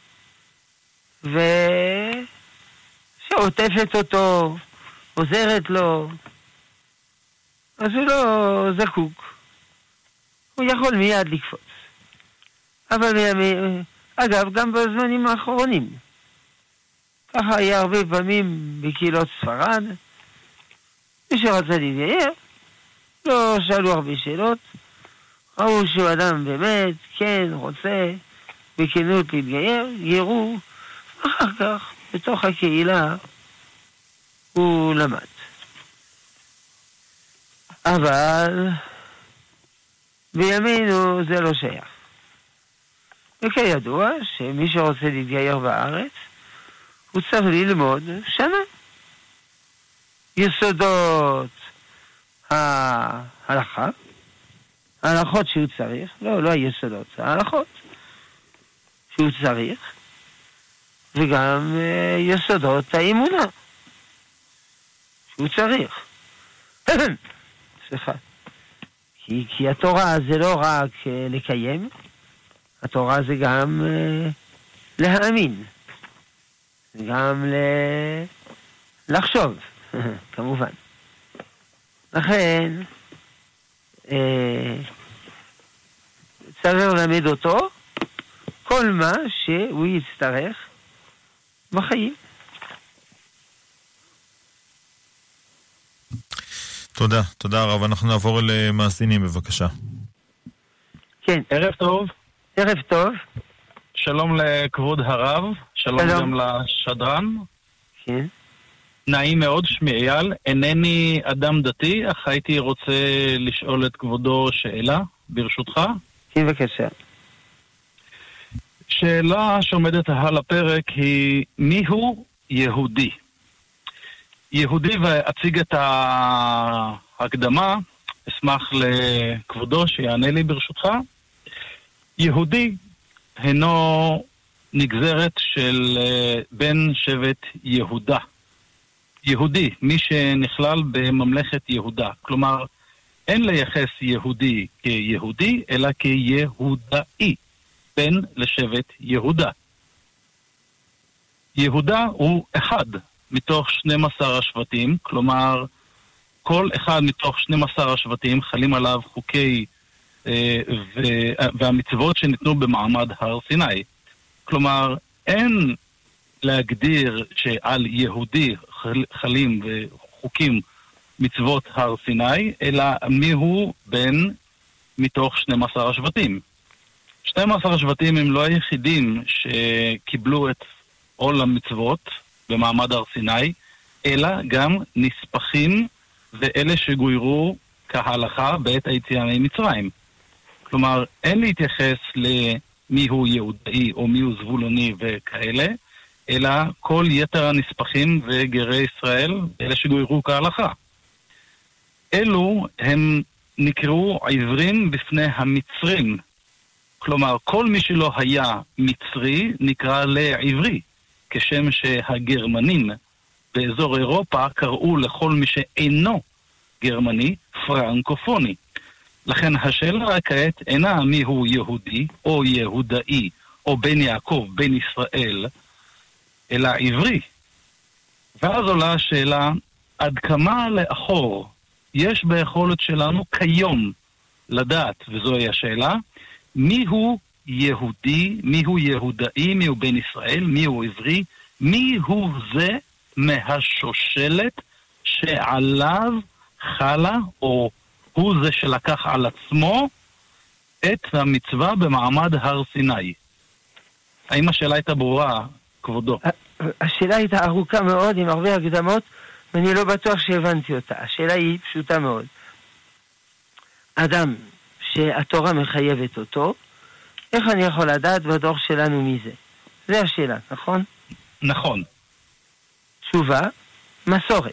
שעוטפת אותו, עוזרת לו, אז הוא לא זקוק. הוא יכול מיד לקפוץ. אבל אגב, גם בזמנים האחרונים. ככה היה הרבה פעמים בקהילות ספרד, מי שרצה להתגייר, לא שאלו הרבה שאלות, ראו שהוא אדם באמת, כן, רוצה, בכנות להתגייר, גיירו, אחר כך, בתוך הקהילה, הוא למד. אבל בימינו זה לא שייך. וכידוע שמי שרוצה להתגייר בארץ, הוא צריך ללמוד שנה. יסודות ההלכה, ההלכות שהוא צריך, לא היסודות, ההלכות שהוא צריך, וגם יסודות האמונה שהוא צריך. סליחה. כי התורה זה לא רק לקיים, התורה זה גם להאמין, זה גם לחשוב, כמובן. לכן, צריך ללמד אותו כל מה שהוא יצטרך בחיים. תודה, תודה רב. אנחנו נעבור למאזינים, בבקשה. כן. ערב טוב. ערב טוב. שלום לכבוד הרב, שלום גם לשדרן. כן. נעים מאוד, שמי אייל. אינני אדם דתי, אך הייתי רוצה לשאול את כבודו שאלה, ברשותך. כן, בבקשה. שאלה שעומדת על הפרק היא, מיהו יהודי? יהודי, ואציג את ההקדמה, אשמח לכבודו שיענה לי ברשותך. יהודי הינו נגזרת של בן שבט יהודה. יהודי, מי שנכלל בממלכת יהודה. כלומר, אין לייחס יהודי כיהודי, אלא כיהודאי, בן לשבט יהודה. יהודה הוא אחד מתוך 12 השבטים, כלומר, כל אחד מתוך 12 השבטים חלים עליו חוקי והמצוות שניתנו במעמד הר סיני. כלומר, אין להגדיר שעל יהודי חלים וחוקים מצוות הר סיני, אלא מיהו בן מתוך 12 השבטים. 12 השבטים הם לא היחידים שקיבלו את עול המצוות במעמד הר סיני, אלא גם נספחים ואלה שגוירו כהלכה בעת היציאה ממצרים. כלומר, אין להתייחס למיהו יהודאי או מיהו זבולוני וכאלה, אלא כל יתר הנספחים וגרי ישראל, אלה שגוירו כהלכה. אלו הם נקראו עברים בפני המצרים. כלומר, כל מי שלא היה מצרי נקרא לעברי, כשם שהגרמנים באזור אירופה קראו לכל מי שאינו גרמני פרנקופוני. לכן השאלה כעת אינה מיהו יהודי או יהודאי או בן יעקב, בן ישראל, אלא עברי. ואז עולה השאלה, עד כמה לאחור יש ביכולת שלנו כיום לדעת, וזוהי השאלה, מיהו יהודי, מיהו יהודאי, מיהו בן ישראל, מיהו עברי, מיהו זה מהשושלת שעליו חלה, או הוא זה שלקח על עצמו את המצווה במעמד הר סיני. האם השאלה הייתה ברורה, כבודו? השאלה הייתה ארוכה מאוד, עם הרבה הקדמות, ואני לא בטוח שהבנתי אותה. השאלה היא פשוטה מאוד. אדם שהתורה מחייבת אותו, איך אני יכול לדעת בדור שלנו מי זה? זה השאלה, נכון? נכון. תשובה, מסורת.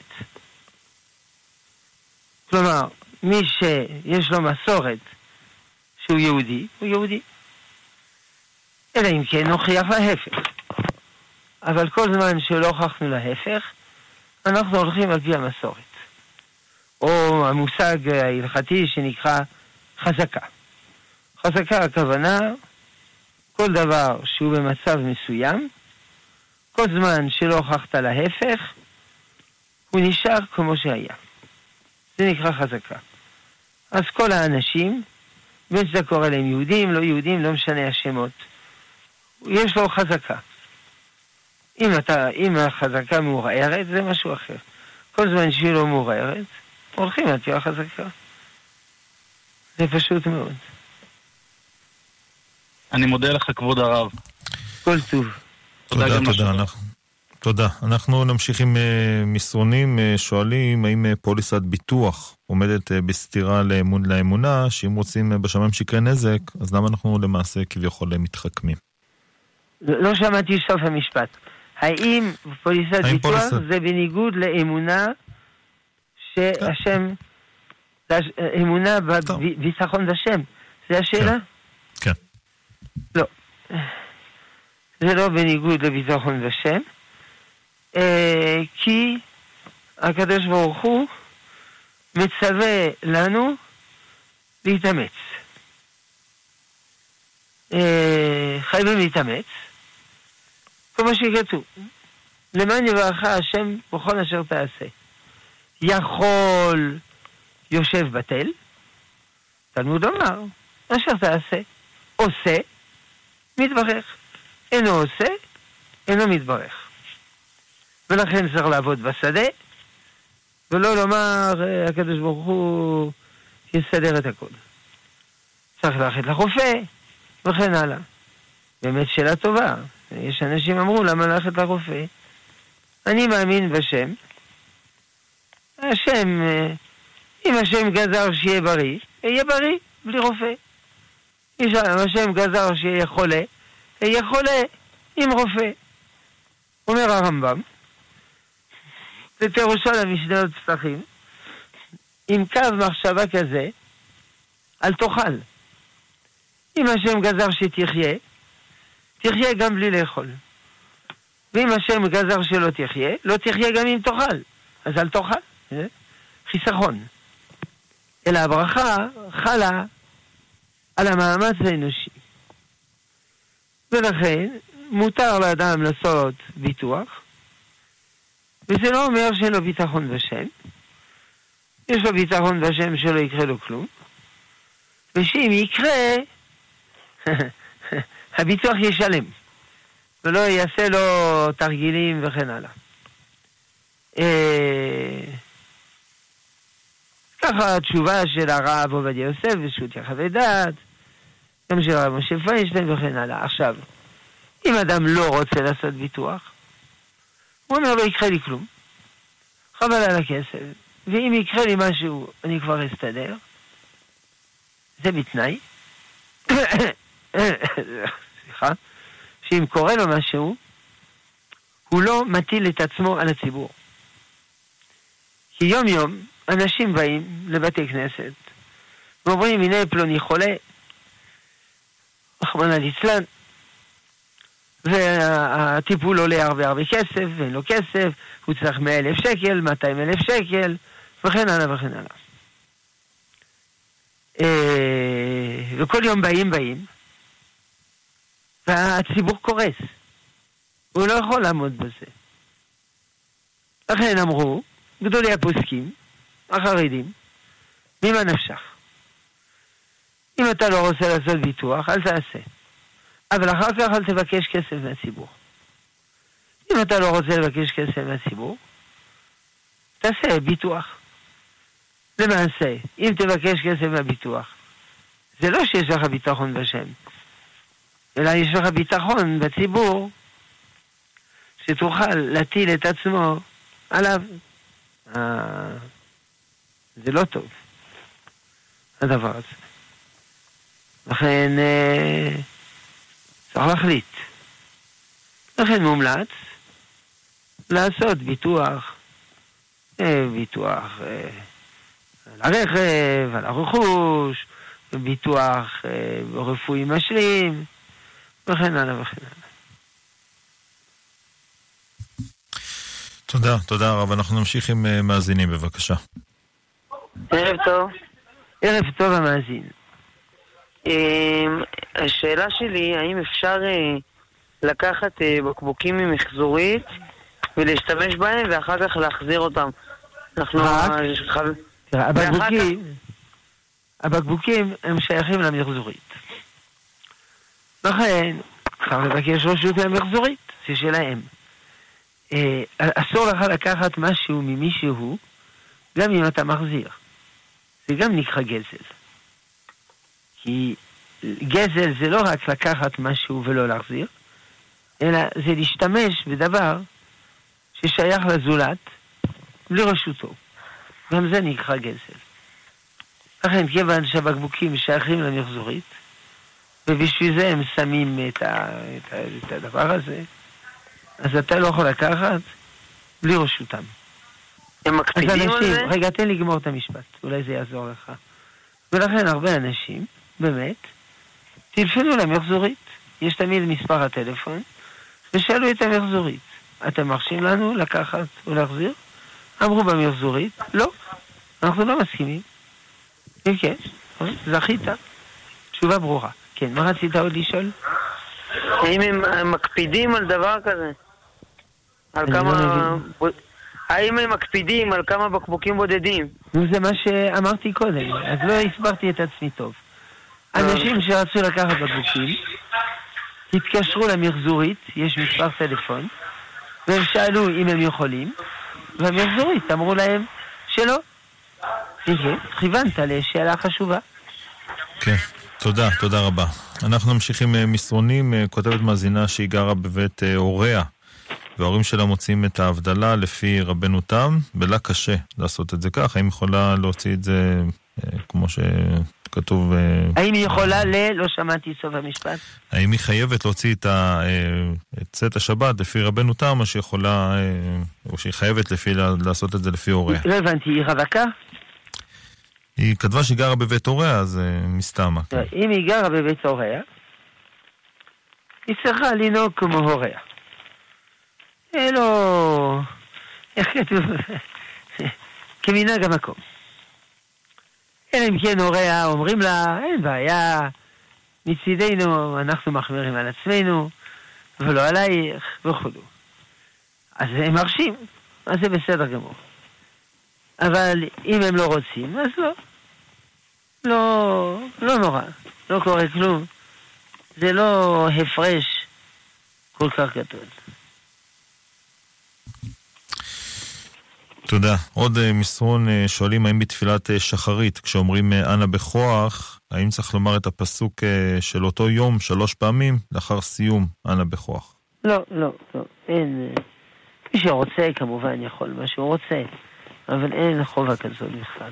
כלומר, מי שיש לו מסורת שהוא יהודי, הוא יהודי. אלא אם כן נוכיח להפך. אבל כל זמן שלא הוכחנו להפך, אנחנו הולכים על פי המסורת. או המושג ההלכתי שנקרא חזקה. חזקה הכוונה, כל דבר שהוא במצב מסוים, כל זמן שלא הוכחת להפך, הוא נשאר כמו שהיה. זה נקרא חזקה. אז כל האנשים, בין שזה קורא להם יהודים, לא יהודים, לא משנה השמות, יש לו חזקה. אם החזקה מעורערת, זה משהו אחר. כל זמן שהיא לא מעורערת, הולכים על פי החזקה. זה פשוט מאוד. אני מודה לך, כבוד הרב. כל טוב. תודה. אנחנו נמשיך עם מסרונים. שואלים האם פוליסת ביטוח עומדת בסתירה לאמונה, שאם רוצים בשמיים שיקרה נזק, אז למה אנחנו למעשה כביכול מתחכמים? לא שמעתי סוף המשפט. האם פוליסת ביטוח זה בניגוד לאמונה שהשם, אמונה בביטחון בשם? זה השאלה? כן. לא. זה לא בניגוד לביטחון בשם, כי הקדוש ברוך הוא מצווה לנו להתאמץ. חייבים להתאמץ, כמו שכתוב, למען יברך השם בכל אשר תעשה. יכול יושב בטל, תלמוד אומר, אשר תעשה, עושה, מתברך. אינו עושה, אינו מתברך. ולכן צריך לעבוד בשדה, ולא לומר, הקדוש ברוך הוא יסדר את הכל. צריך ללכת לחופה, וכן הלאה. באמת שאלה טובה. יש אנשים אמרו, למה ללכת לחופה? אני מאמין בשם. השם, אם השם גזר שיהיה בריא, יהיה בריא, בלי רופא. אם השם גזר שיהיה חולה, יהיה חולה עם רופא. אומר הרמב"ם, בפירושו למשניות פסחים, עם קו מחשבה כזה, אל תאכל. אם השם גזר שתחיה, תחיה גם בלי לאכול. ואם השם גזר שלא תחיה, לא תחיה גם אם תאכל. אז אל תאכל. חיסכון. אלא הברכה חלה על המאמץ האנושי. ולכן מותר לאדם לעשות ביטוח, וזה לא אומר שאין לו ביטחון בשם. יש לו ביטחון בשם שלא יקרה לו כלום, ושאם יקרה, הביטוח ישלם, ולא יעשה לו תרגילים וכן הלאה. ככה התשובה של הרב עובדיה יוסף ושות יחווה דעת, גם של הרב משה פיינשטיין וכן הלאה. עכשיו, אם אדם לא רוצה לעשות ביטוח, הוא אומר, לא יקרה לי כלום, חבל על הכסף, ואם יקרה לי משהו, אני כבר אסתדר. זה בתנאי, סליחה, שאם קורה לו משהו, הוא לא מטיל את עצמו על הציבור. כי יום יום אנשים באים לבתי כנסת ואומרים, הנה פלוני חולה, רחמנא ליצלן, והטיפול עולה הרבה כסף, ואין לו כסף, הוא צריך 100,000 שקל, 200,000 שקל, וכן הלאה וכן הלאה. וכל יום באים, והציבור קורס. הוא לא יכול לעמוד בזה. לכן אמרו, גדולי הפוסקים, החרדים, ממה נפשך? אם אתה לא רוצה לעשות ביטוח, אל תעשה. אבל אחר כך אל תבקש כסף מהציבור. אם אתה לא רוצה לבקש כסף מהציבור, תעשה ביטוח. למעשה, אם תבקש כסף מהביטוח, זה לא שיש לך ביטחון בשם, אלא יש לך ביטחון בציבור, שתוכל להטיל את עצמו עליו. זה לא טוב, הדבר הזה. לכן צריך להחליט. לכן מומלץ לעשות ביטוח על הרכב, על הרכוש, ביטוח רפואי משלים, וכן הלאה וכן הלאה. תודה רב. אנחנו נמשיך עם מאזינים, בבקשה. ערב טוב. ערב טוב המאזין. השאלה שלי, האם אפשר לקחת בקבוקים ממחזורית ולהשתמש בהם ואחר כך להחזיר אותם? הבקבוקים הם שייכים למחזורית. לכן צריך לבקש רשות למחזורית, זה שלהם. אסור לך לקחת משהו ממישהו גם אם אתה מחזיר. זה גם נקרא גזל. כי גזל זה לא רק לקחת משהו ולא להחזיר, אלא זה להשתמש בדבר ששייך לזולת בלי רשותו. גם זה נקרא גזל. לכן כיוון שהבקבוקים שייכים למחזורית, ובשביל זה הם שמים את הדבר הזה, אז אתה לא יכול לקחת בלי רשותם. הם מקפידים על זה? רגע, תן לי לגמור את המשפט, אולי זה יעזור לך. ולכן הרבה אנשים, באמת, טלפנו למחזורית, יש תמיד מספר הטלפון, ושאלו את המחזורית, אתם מרשים לנו לקחת ולהחזיר? אמרו במחזורית, לא, אנחנו לא מסכימים. כן, זכית. תשובה ברורה. כן, מה רצית עוד לשאול? האם הם מקפידים על דבר כזה? על כמה... האם הם מקפידים על כמה בקבוקים בודדים? זה מה שאמרתי קודם, אז לא הסברתי את עצמי טוב. אנשים שרצו לקחת בקבוקים, התקשרו למחזורית, יש מספר טלפון, והם שאלו אם הם יכולים, והמחזורית אמרו להם שלא. כיוונת לשאלה חשובה. כן, תודה רבה. אנחנו ממשיכים מסרונים, כותבת מאזינה שהיא גרה בבית הוריה, וההורים שלה מוצאים את ההבדלה לפי רבנו תם, ולה קשה לעשות את זה כך. האם יכולה להוציא את זה כמו שכתוב... האם היא יכולה לא שמעתי סוף המשפט. האם היא חייבת להוציא את צאת השבת לפי רבנו תם, או שהיא יכולה, או שהיא חייבת לעשות את זה לפי הוריה? לא הבנתי, היא רווקה? היא כתבה שהיא גרה בבית הוריה, אז מסתמה. אם היא גרה בבית הוריה, היא צריכה לנהוג כמו הוריה. לא... איך כתוב? כמנהג המקום. אלא אם כן הוריה אומרים לה, אין בעיה, מצידנו אנחנו מחמירים על עצמנו, ולא עלייך, וכו'. אז הם מרשים, אז זה בסדר גמור. אבל אם הם לא רוצים, אז לא נורא, לא קורה כלום. זה לא הפרש כל כך גדול. תודה. עוד מסרון שואלים האם בתפילת שחרית, כשאומרים אנה בכוח, האם צריך לומר את הפסוק של אותו יום 3 פעמים לאחר סיום אנה בכוח? לא. אין. מי שרוצה כמובן יכול מה שהוא רוצה, אבל אין חובה כזאת בכלל.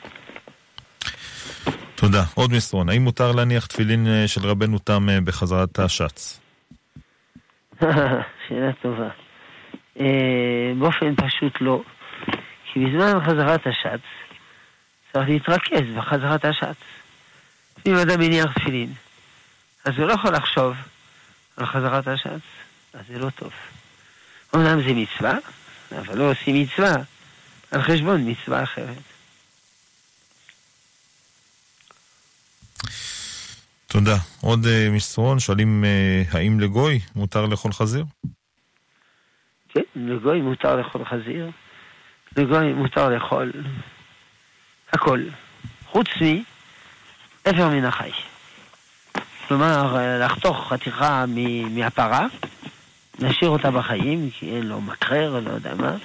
תודה. עוד מסרון. האם מותר להניח תפילין של רבנו תם בחזרת השץ? שאלה טובה. באופן פשוט לא. כי בזמן חזרת השץ צריך להתרכז בחזרת השץ. אם אדם מניח תפילין, אז הוא לא יכול לחשוב על חזרת השץ, אז זה לא טוב. אומנם זה מצווה, אבל לא עושים מצווה על חשבון מצווה אחרת. תודה. עוד מסרון, שואלים האם לגוי מותר לאכול חזיר? כן, לגוי מותר לאכול חזיר. לגוי מותר לאכול הכל, חוץ מאיבר מן החי. כלומר, לחתוך חתיכה מהפרה, להשאיר אותה בחיים, כי אין לו מקרר, לא יודע מה,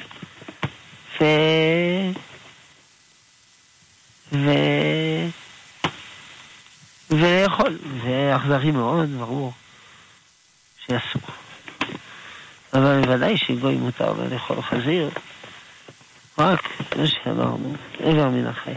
ולאכול. זה אכזרי מאוד, ברור שאסור. אבל בוודאי שגוי מותר לאכול חזיר, רק מה שאמרנו, איבר מן החי.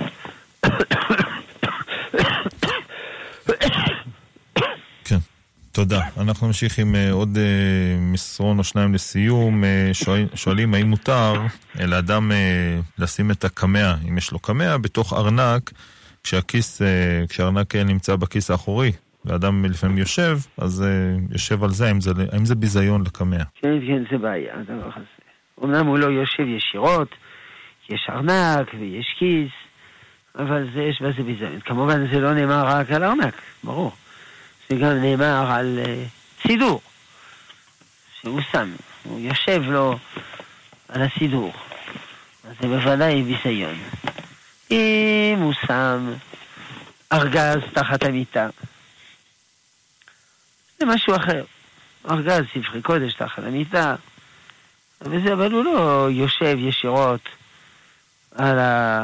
כן, תודה. אנחנו נמשיך עם עוד מסרון או שניים לסיום. שואלים האם מותר לאדם לשים את הקמע, אם יש לו קמע, בתוך ארנק, כשהארנק נמצא בכיס האחורי, ואדם לפעמים יושב, אז יושב על זה, האם זה ביזיון לקמע? כן, זה בעיה, הדבר הזה. אמנם הוא לא יושב ישירות, יש ארנק ויש כיס, אבל יש בזה ביזיון. כמובן זה לא נאמר רק על ארנק, ברור. זה גם נאמר על סידור, שהוא שם, הוא יושב לו על הסידור. אז זה בוודאי ביזיון. אם הוא שם ארגז תחת המיטה, זה משהו אחר. ארגז ספרי קודש תחת המיטה, אבל הוא לא יושב ישירות על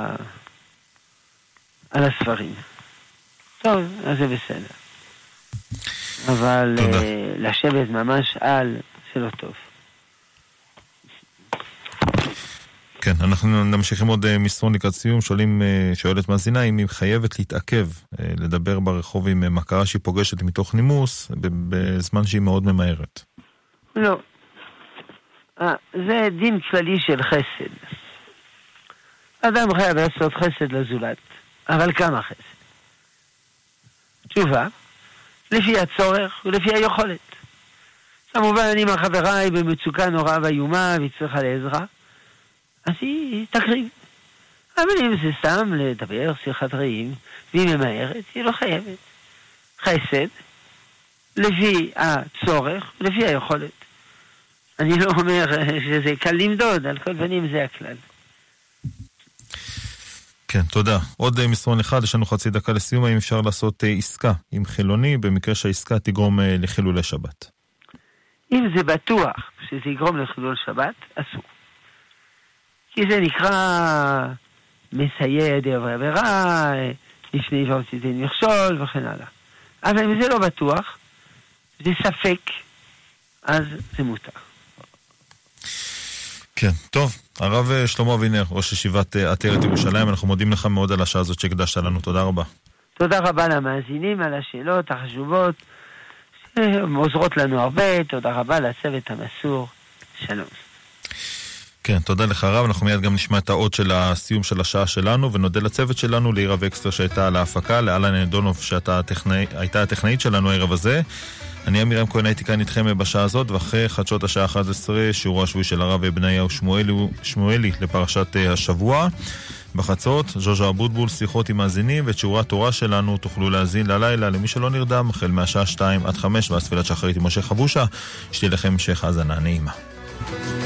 הספרים. טוב, אז זה בסדר. אבל לשבת ממש זה לא טוב. כן, אנחנו נמשיך עם עוד מסרון לקראת סיום. שואלת מאזינה אם היא חייבת להתעכב, לדבר ברחוב עם מכרה שהיא פוגשת מתוך נימוס, בזמן שהיא מאוד ממהרת. לא. זה דין כללי של חסד. אדם חייב לעשות חסד לזולת, אבל כמה חסד? תשובה, לפי הצורך ולפי היכולת. כמובן, אם החברה היא במצוקה נוראה ואיומה והיא צריכה לעזרה, אז היא תקריב. אבל אם זה סתם לדבר שיחת רעים, והיא ממהרת, היא לא חייבת. חסד, לפי הצורך, לפי היכולת. אני לא אומר שזה קל למדוד, על כל פנים זה הכלל. כן, תודה. עוד מסרון אחד, יש לנו חצי דקה לסיום, האם אפשר לעשות עסקה עם חילוני, במקרה שהעסקה תגרום לחילולי שבת? אם זה בטוח שזה יגרום לחילול שבת, אסור. כי זה נקרא מסייע ידי עברי עבירה, לפני שעושים זה מכשול וכן הלאה. אבל אם זה לא בטוח, זה ספק, אז זה מותר. כן, טוב. הרב שלמה אבינר, ראש ישיבת עטרת ירושלים, אנחנו מודים לך מאוד על השעה הזאת שהקדשת לנו. תודה רבה. תודה רבה למאזינים על השאלות החשובות, שעוזרות לנו הרבה. תודה רבה לצוות המסור. שלום. כן, תודה לך רב. אנחנו מיד גם נשמע את האות של הסיום של השעה שלנו, ונודה לצוות שלנו, לירה וקסטר שהייתה על ההפקה, לאלן נדונוב שהייתה הטכנאית שלנו הערב הזה. אני אמירם כהן, הייתי כאן איתכם בשעה הזאת, ואחרי חדשות השעה 11, שיעורו השבועי של הרב בניהו שמואלי לפרשת השבוע. בחצות, ז'וז'ה אבוטבול, שיחות עם מאזינים, ואת שיעורי התורה שלנו תוכלו להזין ללילה למי שלא נרדם, החל מהשעה 2 עד 5, והספילת שחרית עם משה חבושה. שתהיה לכם המשך האזנה נעימה.